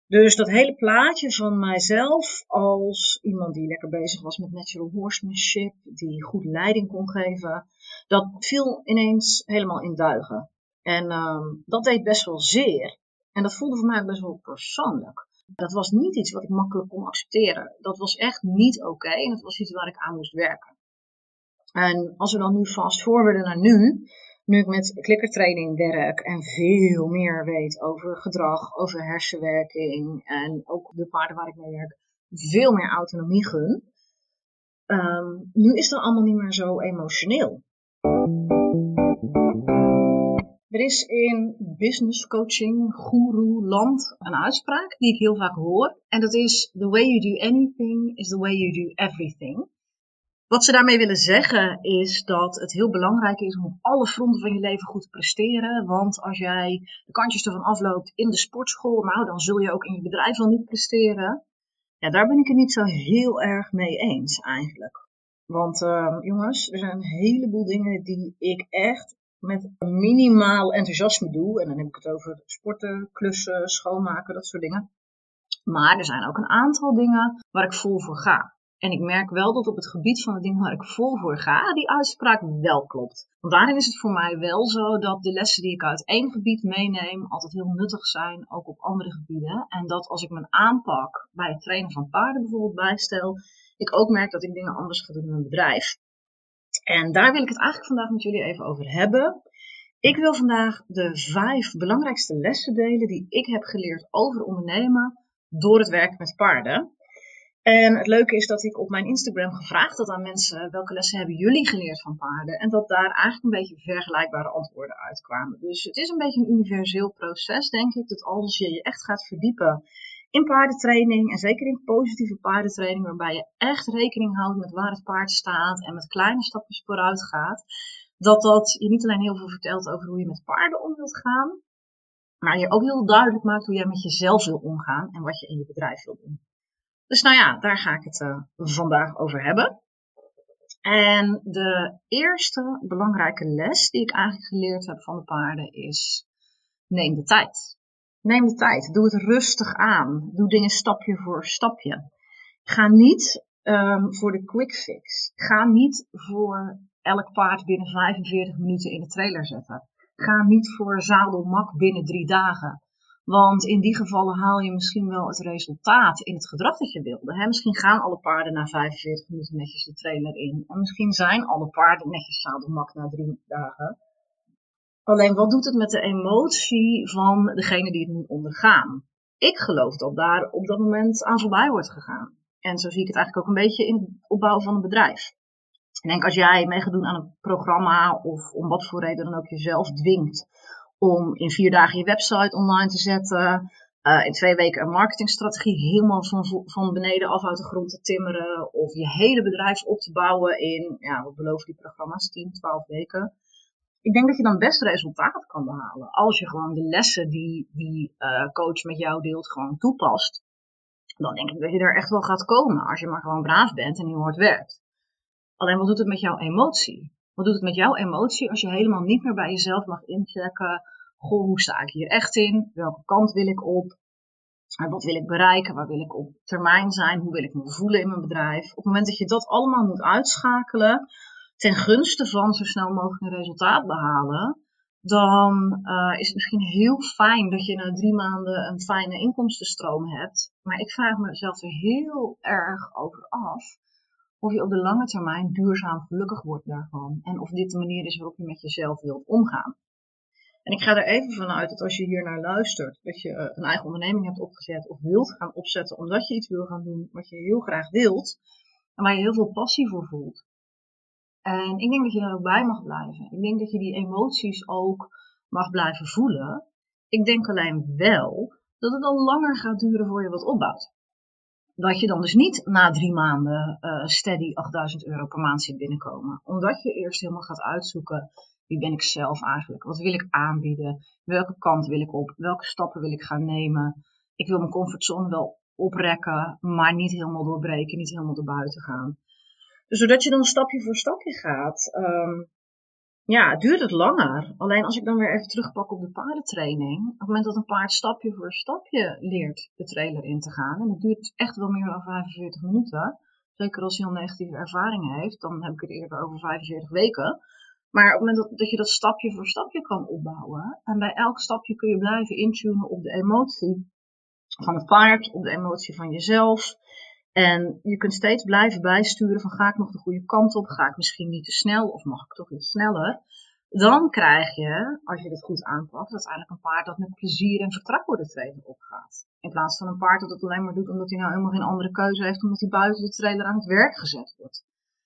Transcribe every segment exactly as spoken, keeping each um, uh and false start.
Dus dat hele plaatje van mijzelf als iemand die lekker bezig was met natural horsemanship, die goed leiding kon geven, dat viel ineens helemaal in duigen. En um, dat deed best wel zeer. En dat voelde voor mij best wel persoonlijk. Dat was niet iets wat ik makkelijk kon accepteren. Dat was echt niet oké okay, en dat was iets waar ik aan moest werken. En als we dan nu fast forwarden naar nu, nu ik met klikkertraining werk en veel meer weet over gedrag, over hersenwerking en ook de paarden waar ik mee werk, veel meer autonomie gun. Um, nu is dat allemaal niet meer zo emotioneel. Er is in business coaching, guru, land een uitspraak die ik heel vaak hoor. En dat is: the way you do anything is the way you do everything. Wat ze daarmee willen zeggen is dat het heel belangrijk is om op alle fronten van je leven goed te presteren. Want als jij de kantjes ervan afloopt in de sportschool, nou dan zul je ook in je bedrijf wel niet presteren. Ja, daar ben ik het niet zo heel erg mee eens eigenlijk. Want uh, jongens, er zijn een heleboel dingen die ik echt met minimaal enthousiasme doe. En dan heb ik het over sporten, klussen, schoonmaken, dat soort dingen. Maar er zijn ook een aantal dingen waar ik vol voor ga. En ik merk wel dat op het gebied van de dingen waar ik vol voor ga, die uitspraak wel klopt. Want daarin is het voor mij wel zo dat de lessen die ik uit één gebied meeneem altijd heel nuttig zijn, ook op andere gebieden. En dat als ik mijn aanpak bij het trainen van paarden bijvoorbeeld bijstel, ik ook merk dat ik dingen anders ga doen in mijn bedrijf. En daar wil ik het eigenlijk vandaag met jullie even over hebben. Ik wil vandaag de vijf belangrijkste lessen delen die ik heb geleerd over ondernemen door het werken met paarden. En het leuke is dat ik op mijn Instagram gevraagd had aan mensen: welke lessen hebben jullie geleerd van paarden? En dat daar eigenlijk een beetje vergelijkbare antwoorden uitkwamen. Dus het is een beetje een universeel proces, denk ik, dat als je je echt gaat verdiepen in paardentraining, en zeker in positieve paardentraining, waarbij je echt rekening houdt met waar het paard staat en met kleine stapjes vooruit gaat, dat dat je niet alleen heel veel vertelt over hoe je met paarden om wilt gaan, maar je ook heel duidelijk maakt hoe jij met jezelf wil omgaan en wat je in je bedrijf wil doen. Dus nou ja, daar ga ik het uh, vandaag over hebben. En de eerste belangrijke les die ik eigenlijk geleerd heb van de paarden is: neem de tijd. Neem de tijd. Doe het rustig aan. Doe dingen stapje voor stapje. Ga niet um, voor de quick fix. Ga niet voor elk paard binnen vijfenveertig minuten in de trailer zetten. Ga niet voor zadelmak binnen drie dagen. Want in die gevallen haal je misschien wel het resultaat in het gedrag dat je wilde. Hè? Misschien gaan alle paarden na vijfenveertig minuten netjes de trailer in. En misschien zijn alle paarden netjes zadelmak na drie dagen. Alleen wat doet het met de emotie van degene die het moet ondergaan? Ik geloof dat daar op dat moment aan voorbij wordt gegaan. En zo zie ik het eigenlijk ook een beetje in het opbouwen van een bedrijf. Ik denk als jij mee gaat doen aan een programma of om wat voor reden dan ook jezelf dwingt om in vier dagen je website online te zetten, uh, in twee weken een marketingstrategie helemaal van, van beneden af uit de grond te timmeren of je hele bedrijf op te bouwen in, ja, wat beloven die programma's, tien, twaalf weken. Ik denk dat je dan best resultaat kan behalen als je gewoon de lessen die die uh, coach met jou deelt gewoon toepast. Dan denk ik dat je er echt wel gaat komen als je maar gewoon braaf bent en heel hard werkt. Alleen wat doet het met jouw emotie? Wat doet het met jouw emotie als je helemaal niet meer bij jezelf mag inchecken? Goh, hoe sta ik hier echt in? Welke kant wil ik op? En wat wil ik bereiken? Waar wil ik op termijn zijn? Hoe wil ik me voelen in mijn bedrijf? Op het moment dat je dat allemaal moet uitschakelen ten gunste van zo snel mogelijk een resultaat behalen, dan uh, is het misschien heel fijn dat je na drie maanden een fijne inkomstenstroom hebt. Maar ik vraag mezelf er heel erg over af of je op de lange termijn duurzaam gelukkig wordt daarvan. En of dit de manier is waarop je met jezelf wilt omgaan. En ik ga er even vanuit dat als je hier naar luistert, dat je uh, een eigen onderneming hebt opgezet of wilt gaan opzetten omdat je iets wil gaan doen wat je heel graag wilt. En waar je heel veel passie voor voelt. En ik denk dat je daar ook bij mag blijven. Ik denk dat je die emoties ook mag blijven voelen. Ik denk alleen wel dat het al langer gaat duren voor je wat opbouwt. Dat je dan dus niet na drie maanden uh, steady achtduizend euro per maand ziet binnenkomen. Omdat je eerst helemaal gaat uitzoeken: wie ben ik zelf eigenlijk? Wat wil ik aanbieden? Welke kant wil ik op? Welke stappen wil ik gaan nemen? Ik wil mijn comfortzone wel oprekken, maar niet helemaal doorbreken, niet helemaal erbuiten gaan. Dus doordat je dan stapje voor stapje gaat, um, Ja, het duurt het langer. Alleen als ik dan weer even terugpak op de paardentraining. Op het moment dat een paard stapje voor stapje leert de trailer in te gaan. En het duurt echt wel meer dan vijfenveertig minuten. Zeker als hij al negatieve ervaringen heeft. Dan heb ik het eerder over vijfenveertig weken. Maar op het moment dat, dat je dat stapje voor stapje kan opbouwen. En bij elk stapje kun je blijven intunen op de emotie van het paard. Op de emotie van jezelf. En je kunt steeds blijven bijsturen van ga ik nog de goede kant op, ga ik misschien niet te snel of mag ik toch iets sneller. Dan krijg je, als je het goed aanpakt, uiteindelijk een paard dat met plezier en vertrouwen de trailer opgaat. In plaats van een paard dat het alleen maar doet omdat hij nou helemaal geen andere keuze heeft, omdat hij buiten de trailer aan het werk gezet wordt.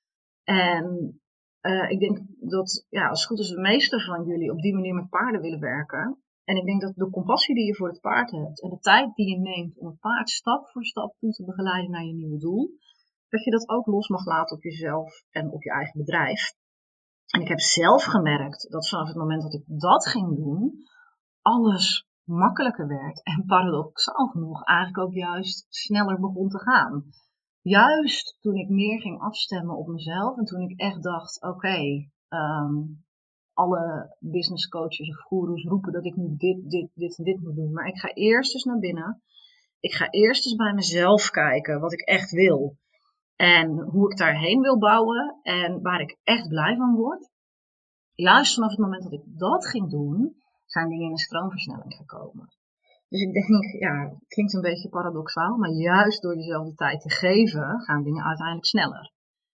En uh, ik denk dat, ja, als het goed is, de meeste van jullie op die manier met paarden willen werken. En ik denk dat de compassie die je voor het paard hebt en de tijd die je neemt om het paard stap voor stap toe te begeleiden naar je nieuwe doel, dat je dat ook los mag laten op jezelf en op je eigen bedrijf. En ik heb zelf gemerkt dat vanaf het moment dat ik dat ging doen, alles makkelijker werd en paradoxaal genoeg eigenlijk ook juist sneller begon te gaan. Juist toen ik meer ging afstemmen op mezelf en toen ik echt dacht, oké, okay, um, alle business coaches of goeroes roepen dat ik nu dit, dit, dit en dit moet doen. Maar ik ga eerst eens naar binnen. Ik ga eerst eens bij mezelf kijken wat ik echt wil. En hoe ik daarheen wil bouwen en waar ik echt blij van word. Juist vanaf het moment dat ik dat ging doen, zijn dingen in een stroomversnelling gekomen. Dus ik denk, ja, het klinkt een beetje paradoxaal, maar juist door jezelf de tijd te geven, gaan dingen uiteindelijk sneller.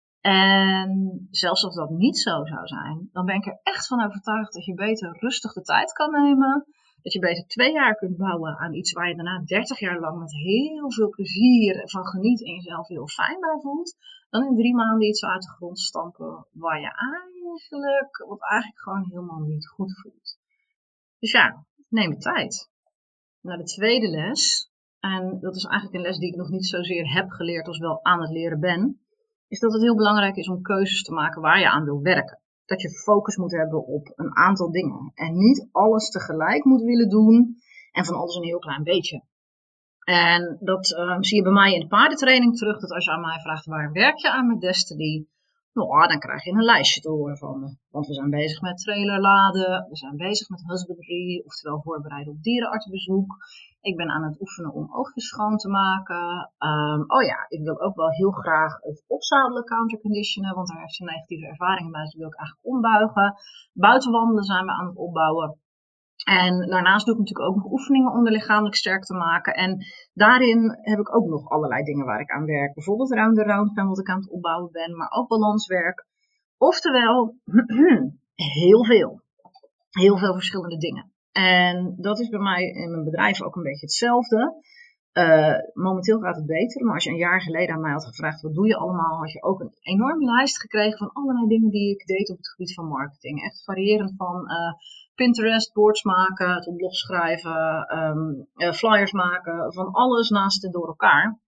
En zelfs als dat niet zo zou zijn, dan ben ik er echt van overtuigd dat je beter rustig de tijd kan nemen. Dat je beter twee jaar kunt bouwen aan iets waar je daarna dertig jaar lang met heel veel plezier van geniet en jezelf heel fijn bij voelt. Dan in drie maanden iets uit de grond stampen waar je eigenlijk, wat eigenlijk gewoon helemaal niet goed voelt. Dus ja, neem de tijd. Naar de tweede les, en dat is eigenlijk een les die ik nog niet zozeer heb geleerd als wel aan het leren ben, is dat het heel belangrijk is om keuzes te maken waar je aan wil werken. Dat je focus moet hebben op een aantal dingen en niet alles tegelijk moet willen doen en van alles een heel klein beetje. En dat uh, zie je bij mij in de paardentraining terug, dat als je aan mij vraagt waar werk je aan met Destiny, nou, dan krijg je een lijstje te horen van me. Want we zijn bezig met trailerladen, we zijn bezig met husbandry, oftewel voorbereiden op dierenartsbezoek. Ik ben aan het oefenen om oogjes schoon te maken. Um, oh ja, ik wil ook wel heel graag het opzadelen counterconditionen, want daar heeft ze negatieve ervaringen bij, dus wil ik eigenlijk ombuigen. Buitenwandelen zijn we aan het opbouwen. En daarnaast doe ik natuurlijk ook nog oefeningen om de lichamelijk sterk te maken. En daarin heb ik ook nog allerlei dingen waar ik aan werk. Bijvoorbeeld round and round pen wat ik aan het opbouwen ben, maar ook balanswerk. Oftewel, heel veel. Heel veel verschillende dingen. En dat is bij mij in mijn bedrijf ook een beetje hetzelfde. Uh, momenteel gaat het beter, maar als je een jaar geleden aan mij had gevraagd wat doe je allemaal, had je ook een enorme lijst gekregen van allerlei dingen die ik deed op het gebied van marketing. Echt variërend van uh, Pinterest, boards maken, het op blog schrijven, um, uh, flyers maken, van alles naast en door elkaar.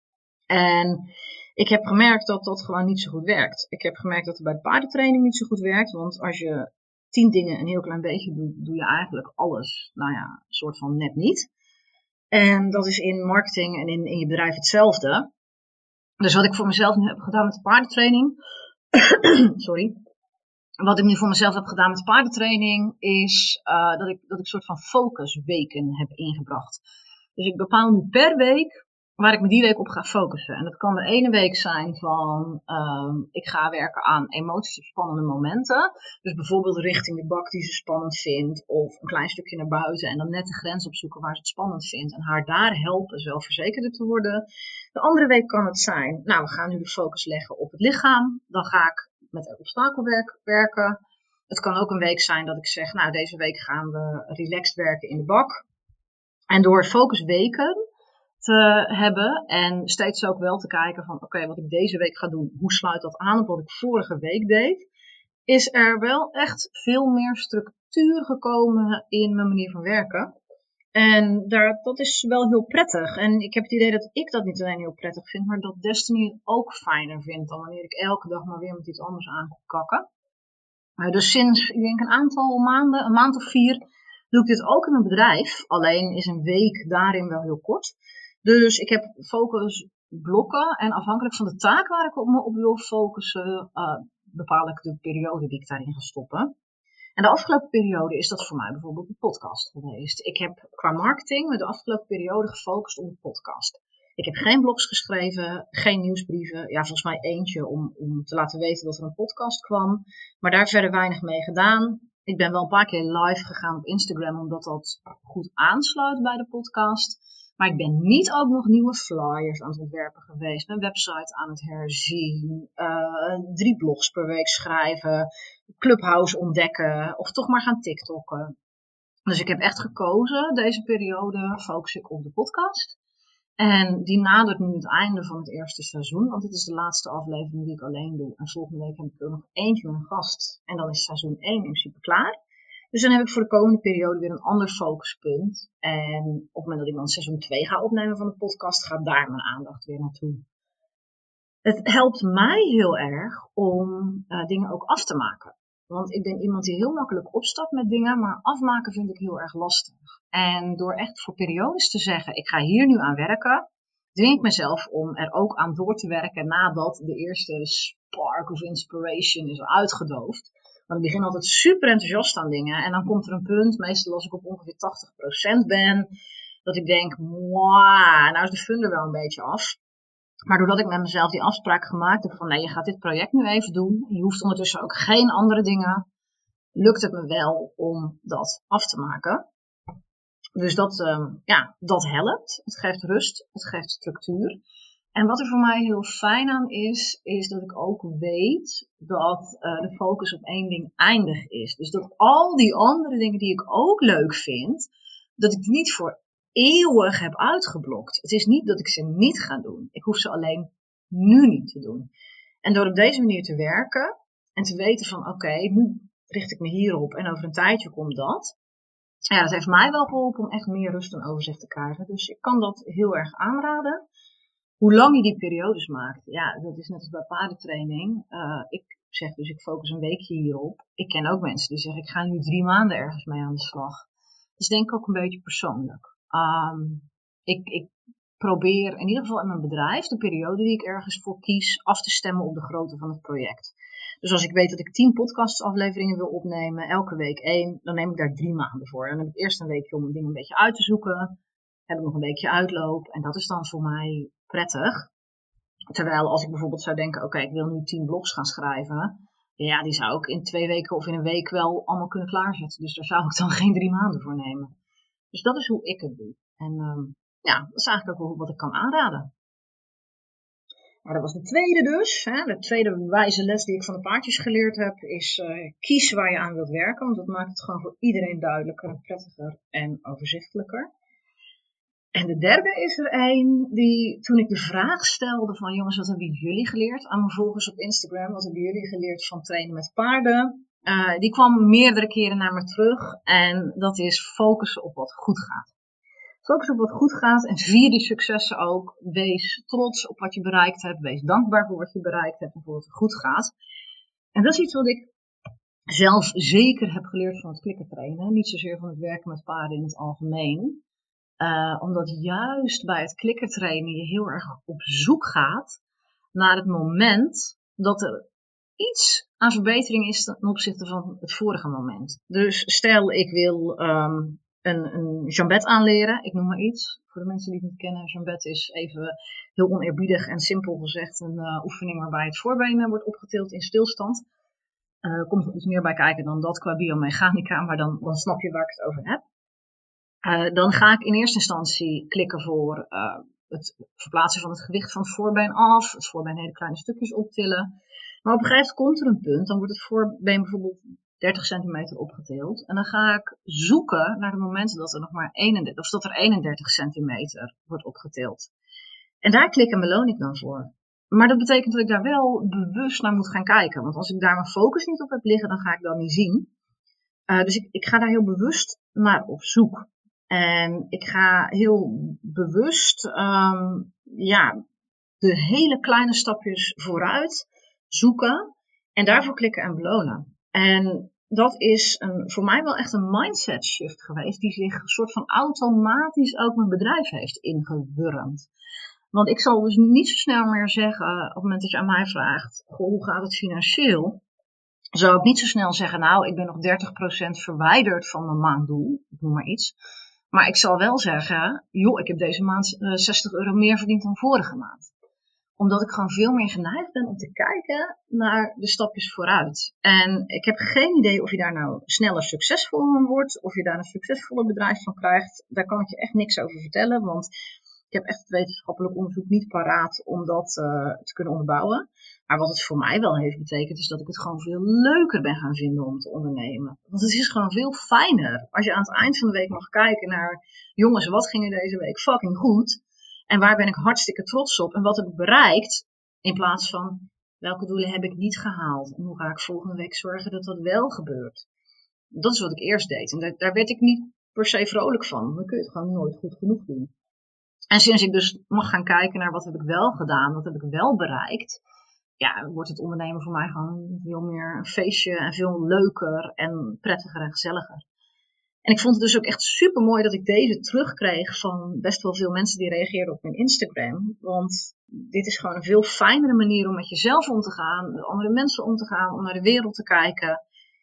En ik heb gemerkt dat dat gewoon niet zo goed werkt. Ik heb gemerkt dat het bij de paardentraining niet zo goed werkt, want als je tien dingen een heel klein beetje doet, doe je eigenlijk alles, nou ja, een soort van net niet. En dat is in marketing en in, in je bedrijf hetzelfde. Dus wat ik voor mezelf nu heb gedaan met de paardentraining. Sorry. Wat ik nu voor mezelf heb gedaan met de paardentraining is uh, dat ik dat ik een soort van focusweken heb ingebracht. Dus ik bepaal nu per week waar ik me die week op ga focussen. En dat kan de ene week zijn van um, ik ga werken aan emoties of spannende momenten. Dus bijvoorbeeld richting de bak die ze spannend vindt. Of een klein stukje naar buiten en dan net de grens opzoeken waar ze het spannend vindt. En haar daar helpen zelfverzekerder te worden. De andere week kan het zijn, nou we gaan nu de focus leggen op het lichaam. Dan ga ik met het obstakelwerk werken. Het kan ook een week zijn dat ik zeg, nou deze week gaan we relaxed werken in de bak. En door focusweken te hebben en steeds ook wel te kijken van oké, okay, wat ik deze week ga doen, hoe sluit dat aan op wat ik vorige week deed, is er wel echt veel meer structuur gekomen in mijn manier van werken. En daar, dat is wel heel prettig. En ik heb het idee dat ik dat niet alleen heel prettig vind, maar dat Destiny het ook fijner vindt dan wanneer ik elke dag maar weer met iets anders aan kan kakken. Uh, dus sinds, ik denk een aantal maanden, een maand of vier, doe ik dit ook in mijn bedrijf. Alleen is een week daarin wel heel kort. Dus ik heb focusblokken en afhankelijk van de taak waar ik op me op wil focussen, uh, bepaal ik de periode die ik daarin ga stoppen. En de afgelopen periode is dat voor mij bijvoorbeeld de podcast geweest. Ik heb qua marketing me de afgelopen periode gefocust op de podcast. Ik heb geen blogs geschreven, geen nieuwsbrieven. Ja, volgens mij eentje om, om te laten weten dat er een podcast kwam. Maar daar verder weinig mee gedaan. Ik ben wel een paar keer live gegaan op Instagram, omdat dat goed aansluit bij de podcast. Maar ik ben niet ook nog nieuwe flyers aan het ontwerpen geweest. Mijn website aan het herzien. Uh, drie blogs per week schrijven. Clubhouse ontdekken. Of toch maar gaan TikTokken. Dus ik heb echt gekozen, deze periode focus ik op de podcast. En die nadert nu het einde van het eerste seizoen. Want dit is de laatste aflevering die ik alleen doe. En volgende week heb ik er nog eentje met een gast. En dan is seizoen één in principe klaar. Dus dan heb ik voor de komende periode weer een ander focuspunt. En op het moment dat ik dan seizoen twee ga opnemen van de podcast, gaat daar mijn aandacht weer naartoe. Het helpt mij heel erg om uh, dingen ook af te maken. Want ik ben iemand die heel makkelijk opstapt met dingen, maar afmaken vind ik heel erg lastig. En door echt voor periodes te zeggen, ik ga hier nu aan werken, dwing ik mezelf om er ook aan door te werken nadat de eerste spark of inspiration is uitgedoofd. Want ik begin altijd super enthousiast aan dingen en dan komt er een punt, meestal als ik op ongeveer tachtig procent ben, dat ik denk, wow, nou is de fun er wel een beetje af. Maar doordat ik met mezelf die afspraak gemaakt heb van nee, je gaat dit project nu even doen. Je hoeft ondertussen ook geen andere dingen. Lukt het me wel om dat af te maken. Dus dat, um, ja, dat helpt. Het geeft rust. Het geeft structuur. En wat er voor mij heel fijn aan is, is dat ik ook weet dat uh, de focus op één ding eindig is. Dus dat al die andere dingen die ik ook leuk vind, dat ik die niet voor eeuwig heb uitgeblokt. Het is niet dat ik ze niet ga doen. Ik hoef ze alleen nu niet te doen. En door op deze manier te werken en te weten van oké, okay, nu richt ik me hierop en over een tijdje komt dat. Ja, dat heeft mij wel geholpen om echt meer rust en overzicht te krijgen. Dus ik kan dat heel erg aanraden. Hoe lang je die periodes maakt, ja, dat is net als bij paardentraining. Uh, ik zeg dus ik focus een weekje hierop. Ik ken ook mensen die zeggen ik ga nu drie maanden ergens mee aan de slag. Dus denk ik ook een beetje persoonlijk. Um, ik, ik probeer in ieder geval in mijn bedrijf de periode die ik ergens voor kies af te stemmen op de grootte van het project. Dus als ik weet dat ik tien podcastafleveringen wil opnemen, elke week één, dan neem ik daar drie maanden voor. Dan heb ik eerst een weekje om dingen een beetje uit te zoeken. Heb ik nog een weekje uitloop en dat is dan voor mij prettig. Terwijl als ik bijvoorbeeld zou denken, oké, okay, ik wil nu tien blogs gaan schrijven. Ja, die zou ik in twee weken of in een week wel allemaal kunnen klaarzetten. Dus daar zou ik dan geen drie maanden voor nemen. Dus dat is hoe ik het doe. En um, ja, dat is eigenlijk ook wat ik kan aanraden. Nou, dat was de tweede dus. Hè. De tweede wijze les die ik van de paardjes geleerd heb is uh, kies waar je aan wilt werken. Want dat maakt het gewoon voor iedereen duidelijker, prettiger en overzichtelijker. En de derde is er een die toen ik de vraag stelde van jongens, wat hebben jullie geleerd aan mijn volgers op Instagram? Wat hebben jullie geleerd van trainen met paarden? Uh, die kwam meerdere keren naar me terug en dat is focussen op wat goed gaat. Focus op wat goed gaat en vier die successen ook. Wees trots op wat je bereikt hebt. Wees dankbaar voor wat je bereikt hebt en voor wat er goed gaat. En dat is iets wat ik zelf zeker heb geleerd van het klikkertrainen. Niet zozeer van het werken met paarden in het algemeen. Uh, omdat juist bij het klikkertrainen je heel erg op zoek gaat naar het moment dat er iets aan verbetering is ten opzichte van het vorige moment. Dus stel ik wil um, een, een jambet aanleren, ik noem maar iets. Voor de mensen die het niet kennen, jambet is even heel oneerbiedig en simpel gezegd een uh, oefening waarbij het voorbeen wordt opgetild in stilstand. Er uh, komt nog iets meer bij kijken dan dat qua biomechanica, maar dan, dan snap je waar ik het over heb. Uh, dan ga ik in eerste instantie klikken voor uh, het verplaatsen van het gewicht van het voorbeen af, het voorbeen hele kleine stukjes optillen. Maar op een gegeven moment komt er een punt, dan wordt het voorbeen bijvoorbeeld dertig centimeter opgetild. En dan ga ik zoeken naar het moment dat er nog maar eenendertig, of dat er eenendertig centimeter wordt opgetild. En daar klik en beloon ik dan voor. Maar dat betekent dat ik daar wel bewust naar moet gaan kijken. Want als ik daar mijn focus niet op heb liggen, dan ga ik dat niet zien. Uh, dus ik, ik ga daar heel bewust naar op zoek. En ik ga heel bewust um, ja, de hele kleine stapjes vooruit zoeken en daarvoor klikken en belonen. En dat is een, voor mij wel echt een mindset shift geweest die zich een soort van automatisch ook mijn bedrijf heeft ingewurmd. Want ik zal dus niet zo snel meer zeggen op het moment dat je aan mij vraagt, goh, hoe gaat het financieel? zou ik niet zo snel zeggen, nou, ik ben nog dertig procent verwijderd van mijn maanddoel. Ik noem maar iets. Maar ik zal wel zeggen, joh, ik heb deze maand uh, zestig euro meer verdiend dan vorige maand. Omdat ik gewoon veel meer geneigd ben om te kijken naar de stapjes vooruit. En ik heb geen idee of je daar nou sneller succesvol van wordt. Of je daar een succesvoller bedrijf van krijgt. Daar kan ik je echt niks over vertellen. Want ik heb echt het wetenschappelijk onderzoek niet paraat om dat uh, te kunnen onderbouwen. Maar wat het voor mij wel heeft betekend, is dat ik het gewoon veel leuker ben gaan vinden om te ondernemen. Want het is gewoon veel fijner. Als je aan het eind van de week mag kijken naar, jongens, wat ging er deze week fucking goed? En waar ben ik hartstikke trots op? En wat heb ik bereikt? In plaats van, welke doelen heb ik niet gehaald? En hoe ga ik volgende week zorgen dat dat wel gebeurt? Dat is wat ik eerst deed. En daar, daar werd ik niet per se vrolijk van. Dan kun je het gewoon nooit goed genoeg doen. En sinds ik dus mag gaan kijken naar wat heb ik wel gedaan, wat heb ik wel bereikt, ja, wordt het ondernemen voor mij gewoon veel meer een feestje en veel leuker en prettiger en gezelliger. En ik vond het dus ook echt super mooi dat ik deze terugkreeg van best wel veel mensen die reageerden op mijn Instagram. Want dit is gewoon een veel fijnere manier om met jezelf om te gaan, met andere mensen om te gaan, om naar de wereld te kijken.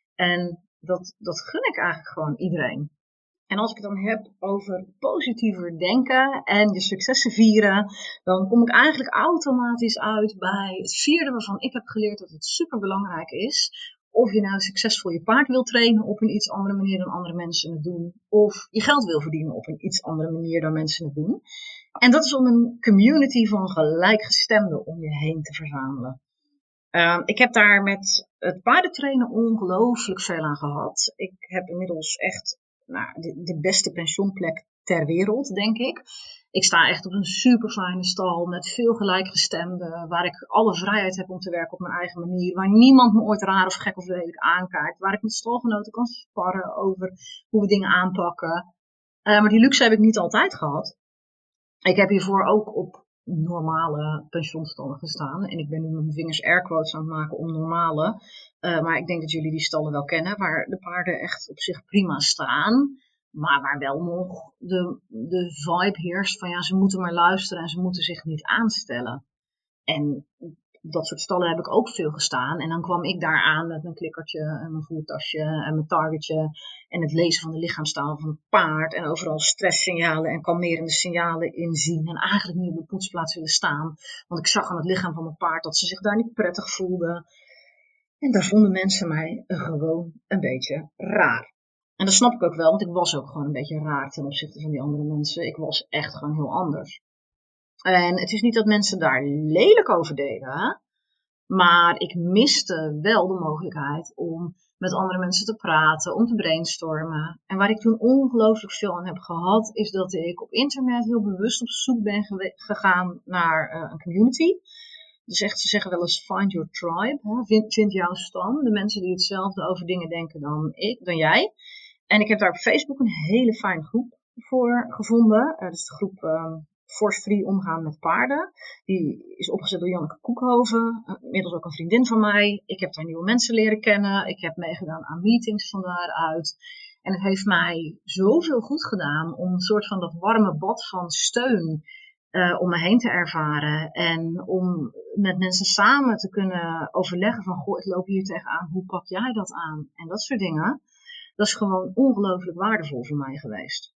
En dat, dat gun ik eigenlijk gewoon iedereen. En als ik het dan heb over positiever denken en je successen vieren, dan kom ik eigenlijk automatisch uit bij het vierde waarvan ik heb geleerd dat het super belangrijk is. Of je nou succesvol je paard wil trainen op een iets andere manier dan andere mensen het doen. Of je geld wil verdienen op een iets andere manier dan mensen het doen. En dat is om een community van gelijkgestemden om je heen te verzamelen. Uh, ik heb daar met het paardentrainen ongelooflijk veel aan gehad. Ik heb inmiddels echt nou, de, de beste pensioenplek ter wereld, denk ik. Ik sta echt op een super fijne stal met veel gelijkgestemden, waar ik alle vrijheid heb om te werken op mijn eigen manier, waar niemand me ooit raar of gek of lelijk aankijkt, waar ik met stalgenoten kan sparren over hoe we dingen aanpakken. Uh, maar die luxe heb ik niet altijd gehad. Ik heb hiervoor ook op normale pensioenstallen gestaan. En ik ben nu mijn vingers airquotes aan het maken om normale. Uh, maar ik denk dat jullie die stallen wel kennen, waar de paarden echt op zich prima staan. Maar waar wel nog de, de vibe heerst van ja, ze moeten maar luisteren en ze moeten zich niet aanstellen. En dat soort stallen heb ik ook veel gestaan. En dan kwam ik daar aan met mijn klikkertje en mijn voertasje en mijn targetje. En het lezen van de lichaamstaal van het paard. En overal stresssignalen en kalmerende signalen inzien. En eigenlijk niet op de poetsplaats willen staan. Want ik zag aan het lichaam van mijn paard dat ze zich daar niet prettig voelden. En daar vonden mensen mij gewoon een beetje raar. En dat snap ik ook wel, want ik was ook gewoon een beetje raar ten opzichte van die andere mensen. Ik was echt gewoon heel anders. En het is niet dat mensen daar lelijk over deden, maar ik miste wel de mogelijkheid om met andere mensen te praten, om te brainstormen. En waar ik toen ongelooflijk veel aan heb gehad, is dat ik op internet heel bewust op zoek ben gegaan naar uh, een community. Dus echt, ze zeggen wel eens find your tribe, hè? Vind, vind jouw stam, de mensen die hetzelfde over dingen denken dan, ik, dan jij. En ik heb daar op Facebook een hele fijne groep voor gevonden. Uh, dat is de groep uh, Force Free omgaan met paarden. Die is opgezet door Janneke Koekhoven, uh, inmiddels ook een vriendin van mij. Ik heb daar nieuwe mensen leren kennen. Ik heb meegedaan aan meetings van daaruit. En het heeft mij zoveel goed gedaan om een soort van dat warme bad van steun uh, om me heen te ervaren. En om met mensen samen te kunnen overleggen van, goh, ik loop hier tegenaan, hoe pak jij dat aan? En dat soort dingen. Dat is gewoon ongelooflijk waardevol voor mij geweest.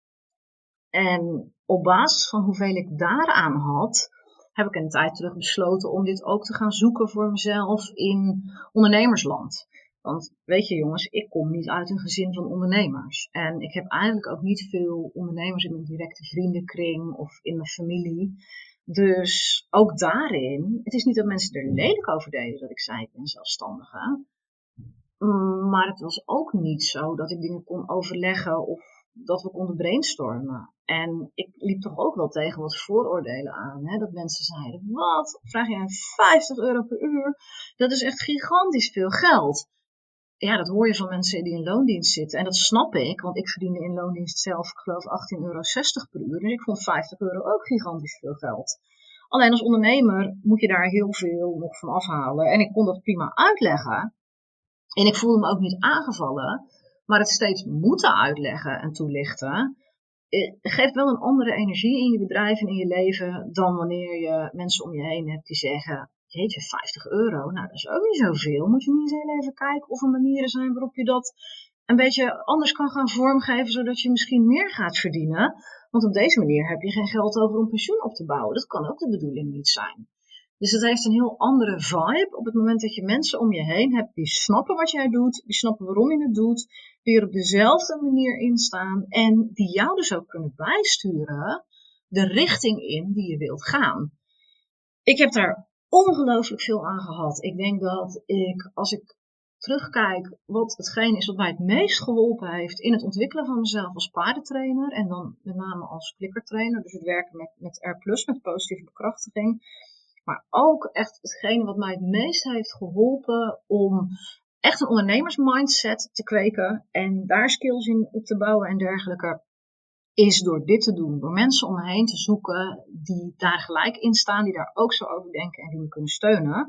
En op basis van hoeveel ik daaraan had, heb ik een tijd terug besloten om dit ook te gaan zoeken voor mezelf in ondernemersland. Want weet je jongens, ik kom niet uit een gezin van ondernemers. En ik heb eigenlijk ook niet veel ondernemers in mijn directe vriendenkring of in mijn familie. Dus ook daarin, het is niet dat mensen er lelijk over deden dat ik zei, ik ben zelfstandige. Maar het was ook niet zo dat ik dingen kon overleggen of dat we konden brainstormen. En ik liep toch ook wel tegen wat vooroordelen aan. Hè? Dat mensen zeiden, wat? Vraag jij vijftig euro per uur? Dat is echt gigantisch veel geld. Ja, dat hoor je van mensen die in loondienst zitten. En dat snap ik, want ik verdiende in loondienst zelf, ik geloof, achttien euro zestig per uur. Dus ik vond vijftig euro ook gigantisch veel geld. Alleen als ondernemer moet je daar heel veel nog van afhalen. En ik kon dat prima uitleggen. En ik voelde me ook niet aangevallen, maar het steeds moeten uitleggen en toelichten, geeft wel een andere energie in je bedrijf en in je leven dan wanneer je mensen om je heen hebt die zeggen, jeetje, vijftig euro, nou dat is ook niet zoveel. Moet je niet eens heel even kijken of er manieren zijn waarop je dat een beetje anders kan gaan vormgeven, zodat je misschien meer gaat verdienen. Want op deze manier heb je geen geld over om pensioen op te bouwen. Dat kan ook de bedoeling niet zijn. Dus het heeft een heel andere vibe op het moment dat je mensen om je heen hebt die snappen wat jij doet, die snappen waarom je het doet, die er op dezelfde manier in staan en die jou dus ook kunnen bijsturen de richting in die je wilt gaan. Ik heb daar ongelooflijk veel aan gehad. Ik denk dat ik, als ik terugkijk wat hetgeen is wat mij het meest geholpen heeft in het ontwikkelen van mezelf als paardentrainer en dan met name als klikkertrainer, dus het werken met, met R plus, met positieve bekrachtiging, maar ook echt hetgene wat mij het meest heeft geholpen om echt een ondernemersmindset te kweken en daar skills in op te bouwen en dergelijke, is door dit te doen. Door mensen om me heen te zoeken die daar gelijk in staan, die daar ook zo over denken en die me kunnen steunen.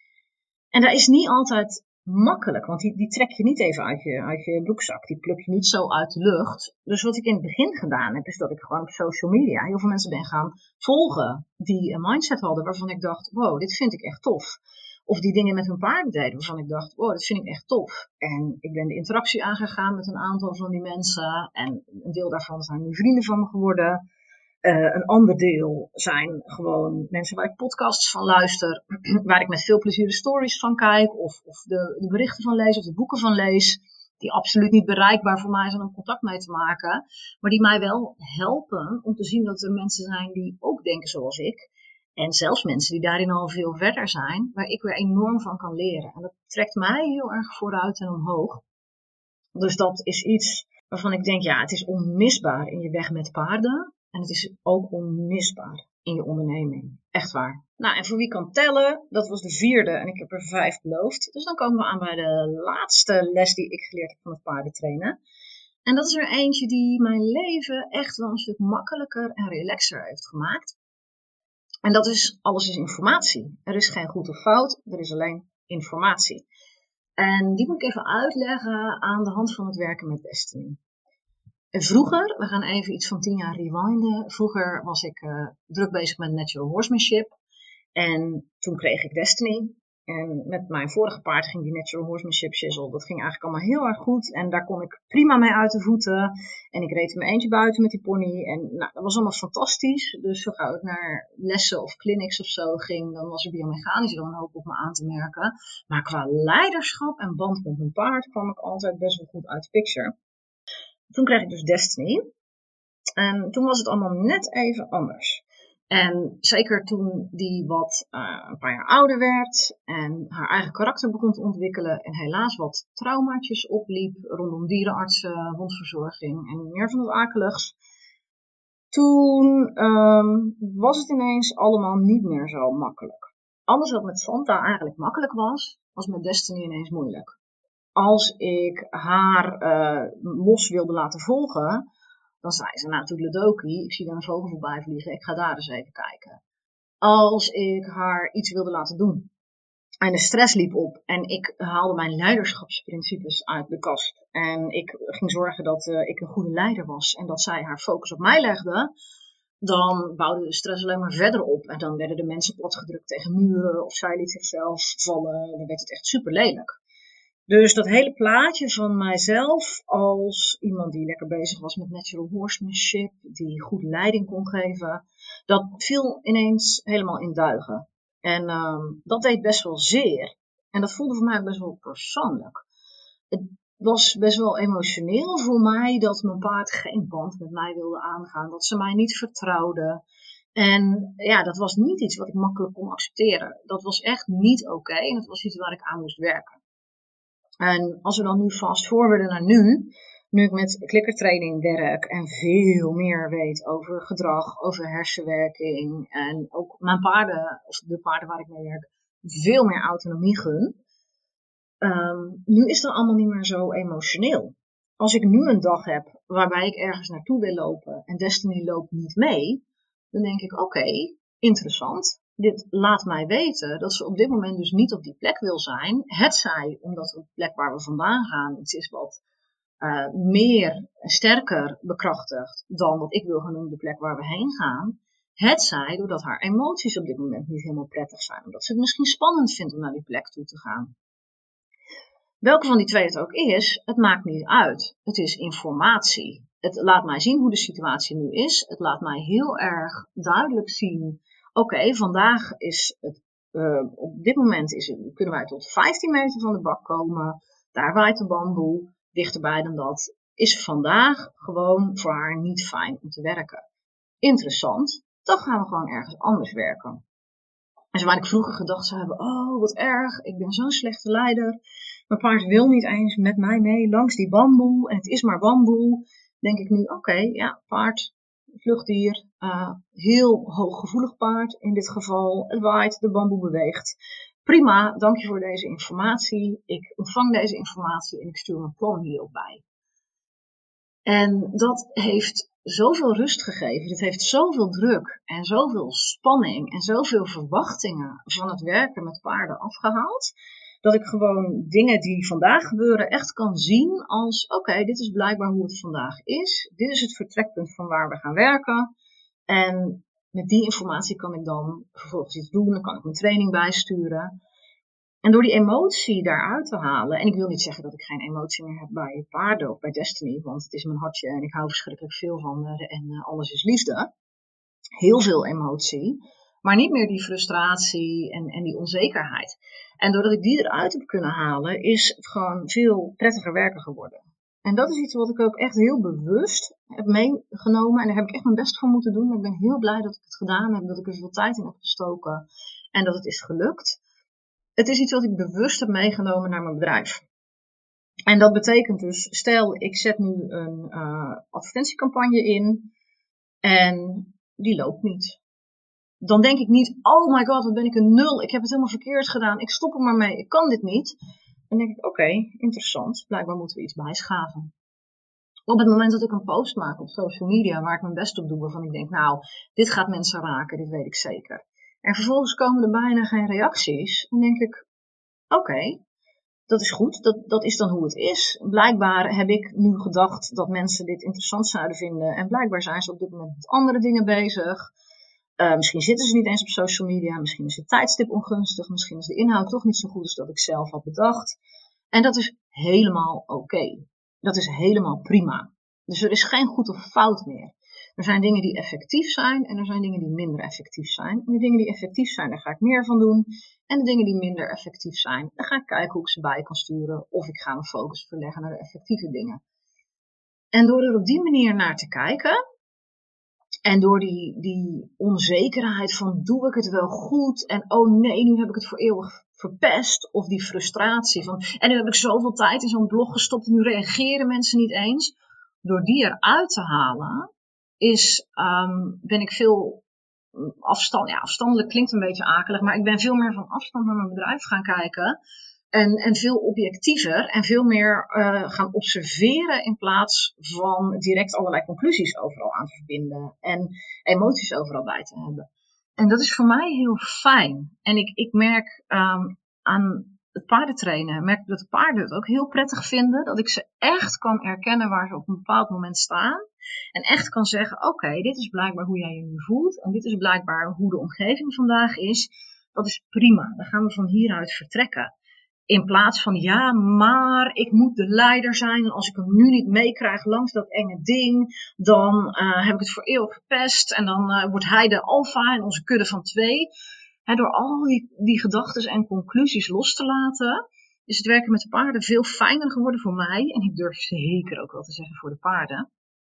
En dat is niet altijd makkelijk, want die, die trek je niet even uit je, uit je broekzak. Die pluk je niet zo uit de lucht. Dus wat ik in het begin gedaan heb, is dat ik gewoon op social media heel veel mensen ben gaan volgen die een mindset hadden waarvan ik dacht, wow, dit vind ik echt tof. Of die dingen met hun paarden deden waarvan ik dacht, wow, dat vind ik echt tof. En ik ben de interactie aangegaan met een aantal van die mensen. En een deel daarvan zijn nu vrienden van me geworden. Uh, een ander deel zijn gewoon mensen waar ik podcasts van luister. Waar ik met veel plezier de stories van kijk. Of, of de, de berichten van lees of de boeken van lees. Die absoluut niet bereikbaar voor mij zijn om contact mee te maken. Maar die mij wel helpen om te zien dat er mensen zijn die ook denken zoals ik. En zelfs mensen die daarin al veel verder zijn, waar ik weer enorm van kan leren. En dat trekt mij heel erg vooruit en omhoog. Dus dat is iets waarvan ik denk, ja, het is onmisbaar in je weg met paarden. En het is ook onmisbaar in je onderneming. Echt waar. Nou, en voor wie kan tellen, dat was de vierde en ik heb er vijf beloofd. Dus dan komen we aan bij de laatste les die ik geleerd heb van het paardentrainen. En dat is er eentje die mijn leven echt wel een stuk makkelijker en relaxer heeft gemaakt. En dat is, alles is informatie. Er is geen goed of fout, er is alleen informatie. En die moet ik even uitleggen aan de hand van het werken met Destiny. En vroeger, we gaan even iets van tien jaar rewinden. Vroeger was ik uh, druk bezig met natural horsemanship. En toen kreeg ik Destiny. En met mijn vorige paard ging die natural horsemanship shizzle. Dat ging eigenlijk allemaal heel erg goed. En daar kon ik prima mee uit de voeten. En ik reed in mijn eentje buiten met die pony. En nou, dat was allemaal fantastisch. Dus zo gauw ik naar lessen of clinics of zo ging, dan was er biomechanisch wel een hoop op me aan te merken. Maar qua leiderschap en band met mijn paard kwam ik altijd best wel goed uit de picture. Toen kreeg ik dus Destiny. En toen was het allemaal net even anders. En zeker toen die wat uh, een paar jaar ouder werd en haar eigen karakter begon te ontwikkelen en helaas wat traumaatjes opliep rondom dierenartsen, hondverzorging en meer van het akeligs. Toen um, was het ineens allemaal niet meer zo makkelijk. Alles wat met Fanta eigenlijk makkelijk was, was met Destiny ineens moeilijk. Als ik haar uh, los wilde laten volgen, dan zei ze, nou, toedeledokie, ik zie daar een vogel voorbij vliegen, ik ga daar eens even kijken. Als ik haar iets wilde laten doen en de stress liep op en ik haalde mijn leiderschapsprincipes uit de kast en ik ging zorgen dat uh, ik een goede leider was en dat zij haar focus op mij legde, dan bouwde de stress alleen maar verder op en dan werden de mensen platgedrukt tegen muren of zij liet zichzelf vallen, dan werd het echt super lelijk. Dus dat hele plaatje van mijzelf als iemand die lekker bezig was met natural horsemanship, die goed leiding kon geven, dat viel ineens helemaal in duigen. En um, dat deed best wel zeer. En dat voelde voor mij best wel persoonlijk. Het was best wel emotioneel voor mij dat mijn paard geen band met mij wilde aangaan, dat ze mij niet vertrouwde. En ja, dat was niet iets wat ik makkelijk kon accepteren. Dat was echt niet oké en dat was iets waar ik aan moest werken. En als we dan nu fast forwarden naar nu, nu ik met klikkertraining werk en veel meer weet over gedrag, over hersenwerking en ook mijn paarden, of de paarden waar ik mee werk, veel meer autonomie gun. Um, nu is dat allemaal niet meer zo emotioneel. Als ik nu een dag heb waarbij ik ergens naartoe wil lopen en Destiny loopt niet mee, dan denk ik, oké, okay, interessant. Dit laat mij weten dat ze op dit moment dus niet op die plek wil zijn. Hetzij omdat de plek waar we vandaan gaan iets is wat uh, meer en sterker bekrachtigt dan wat ik wil gaan noemen de plek waar we heen gaan. Hetzij doordat haar emoties op dit moment niet helemaal prettig zijn. Omdat ze het misschien spannend vindt om naar die plek toe te gaan. Welke van die twee het ook is, het maakt niet uit. Het is informatie. Het laat mij zien hoe de situatie nu is. Het laat mij heel erg duidelijk zien. Oké, okay, vandaag is het, uh, op dit moment is het, kunnen wij tot vijftien meter van de bak komen. Daar waait de bamboe. Dichterbij dan dat is vandaag gewoon voor haar niet fijn om te werken. Interessant, dan gaan we gewoon ergens anders werken. En zo waar ik vroeger gedacht zou hebben, oh wat erg, ik ben zo'n slechte leider. Mijn paard wil niet eens met mij mee langs die bamboe en het is maar bamboe. Denk ik nu, oké, okay, ja, paard, vluchtdier, uh, heel hooggevoelig paard in dit geval. Het waait, de bamboe beweegt. Prima, dank je voor deze informatie. Ik ontvang deze informatie en ik stuur mijn plan hierop bij. En dat heeft zoveel rust gegeven. Het heeft zoveel druk en zoveel spanning en zoveel verwachtingen van het werken met paarden afgehaald. Dat ik gewoon dingen die vandaag gebeuren echt kan zien als oké, okay, dit is blijkbaar hoe het vandaag is. Dit is het vertrekpunt van waar we gaan werken. En met die informatie kan ik dan vervolgens iets doen. Dan kan ik mijn training bijsturen. En door die emotie daaruit te halen, en ik wil niet zeggen dat ik geen emotie meer heb bij paarden of bij Destiny, want het is mijn hartje en ik hou verschrikkelijk veel van uh, en uh, alles is liefde. Heel veel emotie, maar niet meer die frustratie en, en die onzekerheid. En doordat ik die eruit heb kunnen halen, is het gewoon veel prettiger werken geworden. En dat is iets wat ik ook echt heel bewust heb meegenomen en daar heb ik echt mijn best voor moeten doen. Maar ik ben heel blij dat ik het gedaan heb, dat ik er veel tijd in heb gestoken en dat het is gelukt. Het is iets wat ik bewust heb meegenomen naar mijn bedrijf. En dat betekent dus, stel ik zet nu een uh, advertentiecampagne in en die loopt niet. Dan denk ik niet, oh my god, wat ben ik een nul, ik heb het helemaal verkeerd gedaan, ik stop er maar mee, ik kan dit niet. Dan denk ik, oké, okay, interessant, blijkbaar moeten we iets bijschaven. Op het moment dat ik een post maak op social media waar ik mijn best op doe, waarvan ik denk, nou, dit gaat mensen raken, dit weet ik zeker. En vervolgens komen er bijna geen reacties. Dan denk ik, oké, okay, dat is goed. Dat, dat is dan hoe het is. Blijkbaar heb ik nu gedacht dat mensen dit interessant zouden vinden. En blijkbaar zijn ze op dit moment met andere dingen bezig. Uh, misschien zitten ze niet eens op social media. Misschien is het tijdstip ongunstig. Misschien is de inhoud toch niet zo goed als dat ik zelf had bedacht. En dat is helemaal oké. Okay. Dat is helemaal prima. Dus er is geen goed of fout meer. Er zijn dingen die effectief zijn en er zijn dingen die minder effectief zijn. En de dingen die effectief zijn, daar ga ik meer van doen. En de dingen die minder effectief zijn, dan ga ik kijken hoe ik ze bij kan sturen. Of ik ga mijn focus verleggen naar de effectieve dingen. En door er op die manier naar te kijken. En door die, die onzekerheid van, doe ik het wel goed? En oh nee, nu heb ik het voor eeuwig verpest. Of die frustratie van, en nu heb ik zoveel tijd in zo'n blog gestopt en nu reageren mensen niet eens. Door die eruit te halen, is, um, ben ik veel afstand, ja, afstandelijk klinkt een beetje akelig, maar ik ben veel meer van afstand naar mijn bedrijf gaan kijken. En, en veel objectiever en veel meer uh, gaan observeren in plaats van direct allerlei conclusies overal aan te verbinden en emoties overal bij te hebben. En dat is voor mij heel fijn. En ik, ik merk um, aan het paardentrainen, merk dat de paarden het ook heel prettig vinden, dat ik ze echt kan erkennen waar ze op een bepaald moment staan. En echt kan zeggen, oké, okay, dit is blijkbaar hoe jij je nu voelt en dit is blijkbaar hoe de omgeving vandaag is. Dat is prima, dan gaan we van hieruit vertrekken. In plaats van, ja, maar ik moet de leider zijn en als ik hem nu niet meekrijg langs dat enge ding, dan uh, heb ik het voor eeuwig verpest en dan uh, wordt hij de alfa en onze kudde van twee. He, door al die, die gedachten en conclusies los te laten, is het werken met de paarden veel fijner geworden voor mij. En ik durf zeker ook wel te zeggen voor de paarden.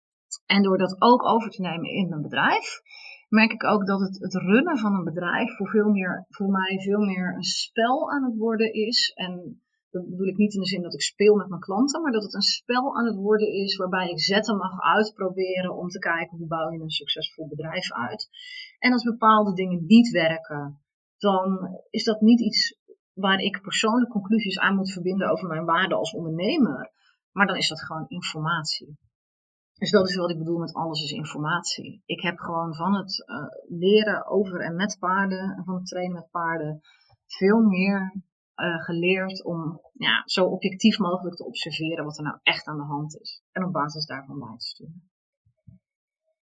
En door dat ook over te nemen in mijn bedrijf, merk ik ook dat het, het runnen van een bedrijf voor, veel meer, voor mij veel meer een spel aan het worden is. En dat bedoel ik niet in de zin dat ik speel met mijn klanten, maar dat het een spel aan het worden is waarbij ik zetten mag uitproberen om te kijken hoe bouw je een succesvol bedrijf uit. En als bepaalde dingen niet werken, dan is dat niet iets waar ik persoonlijk conclusies aan moet verbinden over mijn waarde als ondernemer, maar dan is dat gewoon informatie. Dus dat is wat ik bedoel met alles is informatie. Ik heb gewoon van het uh, leren over en met paarden en van het trainen met paarden veel meer uh, geleerd om ja, zo objectief mogelijk te observeren wat er nou echt aan de hand is. En op basis daarvan bij te sturen.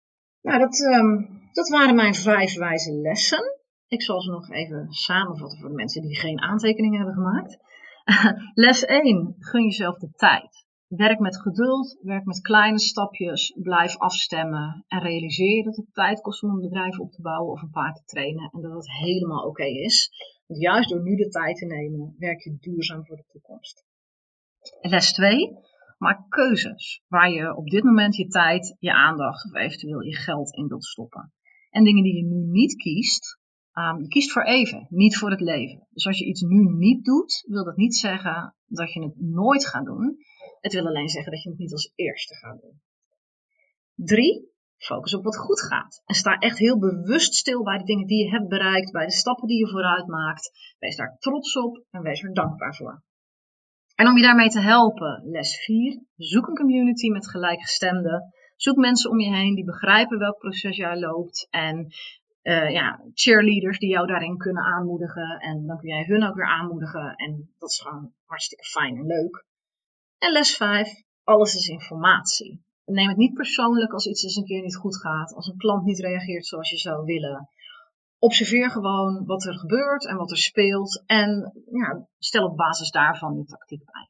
Nou, dat, um, dat waren mijn vijf wijze lessen. Ik zal ze nog even samenvatten voor de mensen die geen aantekeningen hebben gemaakt. Les één, gun jezelf de tijd. Werk met geduld, werk met kleine stapjes, blijf afstemmen en realiseer je dat het tijd kost om een bedrijf op te bouwen of een paard te trainen en dat het helemaal oké okay is. Want juist door nu de tijd te nemen, werk je duurzaam voor de toekomst. Les twee, maak keuzes waar je op dit moment je tijd, je aandacht of eventueel je geld in wilt stoppen. En dingen die je nu niet kiest, um, je kiest voor even, niet voor het leven. Dus als je iets nu niet doet, wil dat niet zeggen dat je het nooit gaat doen. Het wil alleen zeggen dat je het niet als eerste gaat doen. Drie, focus op wat goed gaat. En sta echt heel bewust stil bij de dingen die je hebt bereikt, bij de stappen die je vooruit maakt. Wees daar trots op en wees er dankbaar voor. En om je daarmee te helpen, les vier, zoek een community met gelijkgestemden. Zoek mensen om je heen die begrijpen welk proces jij loopt. En uh, ja, cheerleaders die jou daarin kunnen aanmoedigen. En dan kun jij hun ook weer aanmoedigen. En dat is gewoon hartstikke fijn en leuk. En les vijf, alles is informatie. Neem het niet persoonlijk als iets eens een keer niet goed gaat. Als een klant niet reageert zoals je zou willen. Observeer gewoon wat er gebeurt en wat er speelt. En ja, stel op basis daarvan je tactiek bij.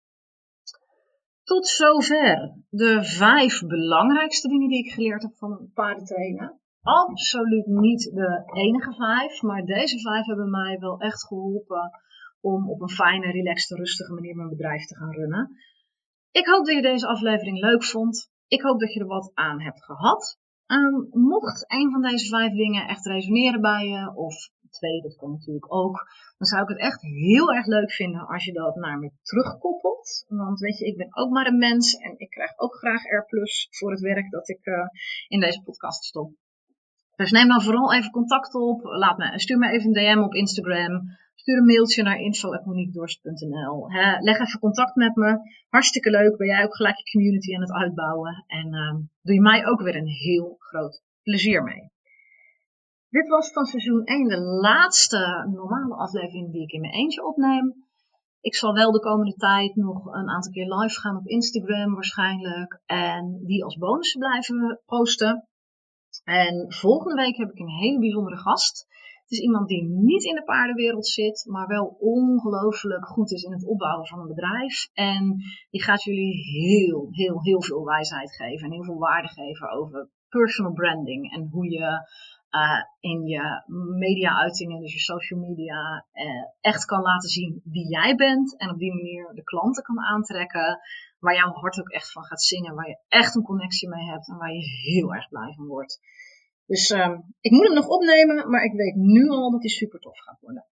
Tot zover de vijf belangrijkste dingen die ik geleerd heb van paardentrainen. Absoluut niet de enige vijf. Maar deze vijf hebben mij wel echt geholpen om op een fijne, relaxte, rustige manier mijn bedrijf te gaan runnen. Ik hoop dat je deze aflevering leuk vond. Ik hoop dat je er wat aan hebt gehad. Um, mocht een van deze vijf dingen echt resoneren bij je, of twee, dat kan natuurlijk ook, dan zou ik het echt heel erg leuk vinden als je dat naar me terugkoppelt. Want weet je, ik ben ook maar een mens en ik krijg ook graag R plus voor het werk dat ik uh, in deze podcast stop. Dus neem dan vooral even contact op. Laat me, stuur me even een D M op Instagram. Stuur een mailtje naar info at moniquedorst punt n l. He, leg even contact met me. Hartstikke leuk. Ben jij ook gelijk je community aan het uitbouwen. En uh, doe je mij ook weer een heel groot plezier mee. Dit was van seizoen één de laatste normale aflevering die ik in mijn eentje opneem. Ik zal wel de komende tijd nog een aantal keer live gaan op Instagram waarschijnlijk. En die als bonus blijven posten. En volgende week heb ik een hele bijzondere gast. Het is iemand die niet in de paardenwereld zit, maar wel ongelooflijk goed is in het opbouwen van een bedrijf. En die gaat jullie heel, heel, heel veel wijsheid geven en heel veel waarde geven over personal branding. En hoe je uh, in je media-uitingen, dus je social media, uh, echt kan laten zien wie jij bent. En op die manier de klanten kan aantrekken, waar jouw hart ook echt van gaat zingen, waar je echt een connectie mee hebt en waar je heel erg blij van wordt. Dus uh, ik moet hem nog opnemen, maar ik weet nu al dat hij super tof gaat worden.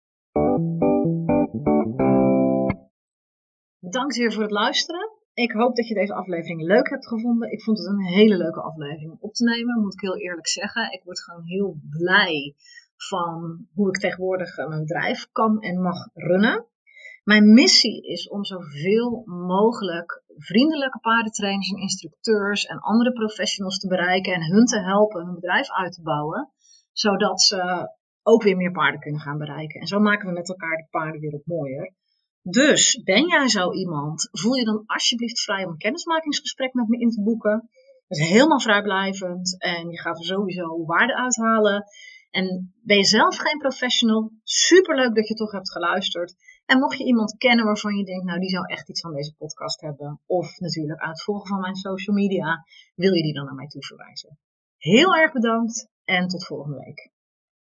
Bedankt weer voor het luisteren. Ik hoop dat je deze aflevering leuk hebt gevonden. Ik vond het een hele leuke aflevering om op te nemen, moet ik heel eerlijk zeggen. Ik word gewoon heel blij van hoe ik tegenwoordig mijn bedrijf kan en mag runnen. Mijn missie is om zoveel mogelijk vriendelijke paardentrainers en instructeurs en andere professionals te bereiken en hun te helpen hun bedrijf uit te bouwen, zodat ze ook weer meer paarden kunnen gaan bereiken. En zo maken we met elkaar de paardenwereld mooier. Dus ben jij zo iemand, voel je dan alsjeblieft vrij om een kennismakingsgesprek met me in te boeken. Dat is helemaal vrijblijvend en je gaat er sowieso waarde uithalen. En ben je zelf geen professional, superleuk dat je toch hebt geluisterd. En mocht je iemand kennen waarvan je denkt, nou die zou echt iets van deze podcast hebben. Of natuurlijk aan het volgen van mijn social media, wil je die dan naar mij toe verwijzen. Heel erg bedankt en tot volgende week.